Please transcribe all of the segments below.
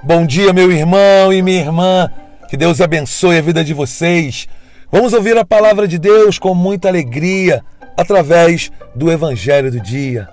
Bom dia, meu irmão e minha irmã. Que Deus abençoe a vida de vocês. Vamos ouvir a palavra de Deus com muita alegria através do Evangelho do dia.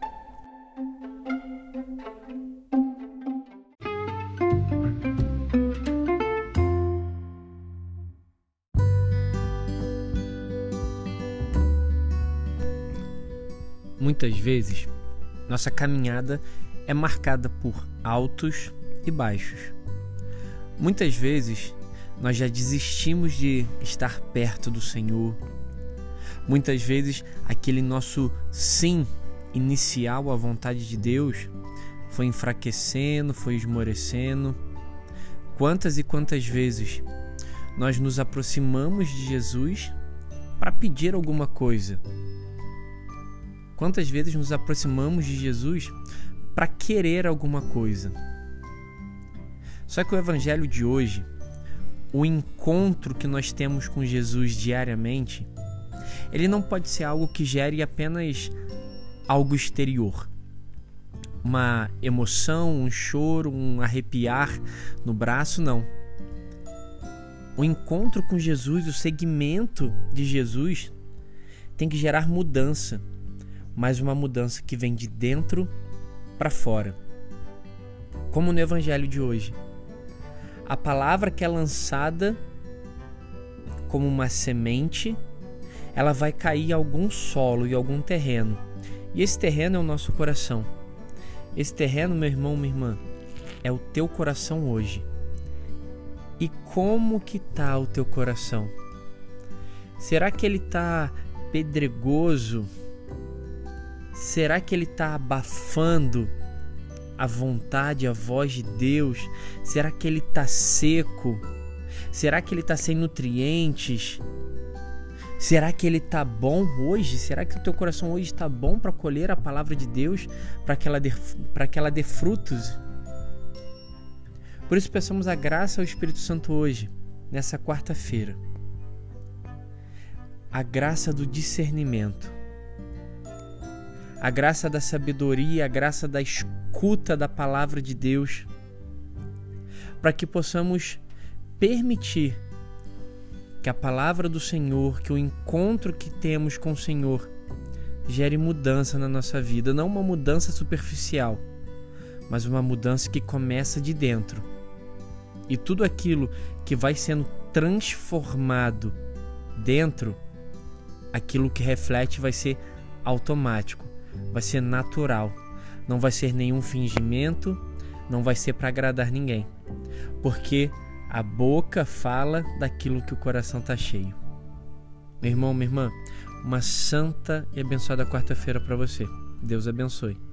Muitas vezes, nossa caminhada é marcada por altos e baixos. Muitas vezes, nós já desistimos de estar perto do Senhor. Muitas vezes, aquele nosso sim inicial à vontade de Deus foi enfraquecendo, foi esmorecendo. Quantas e quantas vezes nós nos aproximamos de Jesus para pedir alguma coisa? Quantas vezes nos aproximamos de Jesus para querer alguma coisa? Só que o Evangelho de hoje, o encontro que nós temos com Jesus diariamente, ele não pode ser algo que gere apenas algo exterior. Uma emoção, um choro, um arrepiar no braço, não. O encontro com Jesus, o segmento de Jesus, tem que gerar mudança, mas uma mudança que vem de dentro para fora. Como no Evangelho de hoje. A palavra que é lançada como uma semente, ela vai cair em algum solo, em algum terreno. E esse terreno é o nosso coração. Esse terreno, meu irmão, minha irmã, é o teu coração hoje. E como que tá o teu coração? Será que ele tá pedregoso? Será que ele está abafando a vontade, a voz de Deus? Será que ele está seco? Será que ele está sem nutrientes? Será que ele está bom hoje? Será que o teu coração hoje está bom para colher a palavra de Deus, para que ela dê frutos? Por isso peçamos a graça ao Espírito Santo hoje, nessa quarta-feira. A graça do discernimento. A graça da sabedoria, a graça da escuta da palavra de Deus, para que possamos permitir que a palavra do Senhor, que o encontro que temos com o Senhor gere mudança na nossa vida, não uma mudança superficial, mas uma mudança que começa de dentro. E tudo aquilo que vai sendo transformado dentro, aquilo que reflete vai ser automático. Vai ser natural, não vai ser nenhum fingimento, não vai ser para agradar ninguém, porque a boca fala daquilo que o coração está cheio. Meu irmão, minha irmã, uma santa e abençoada quarta-feira para você. Deus abençoe.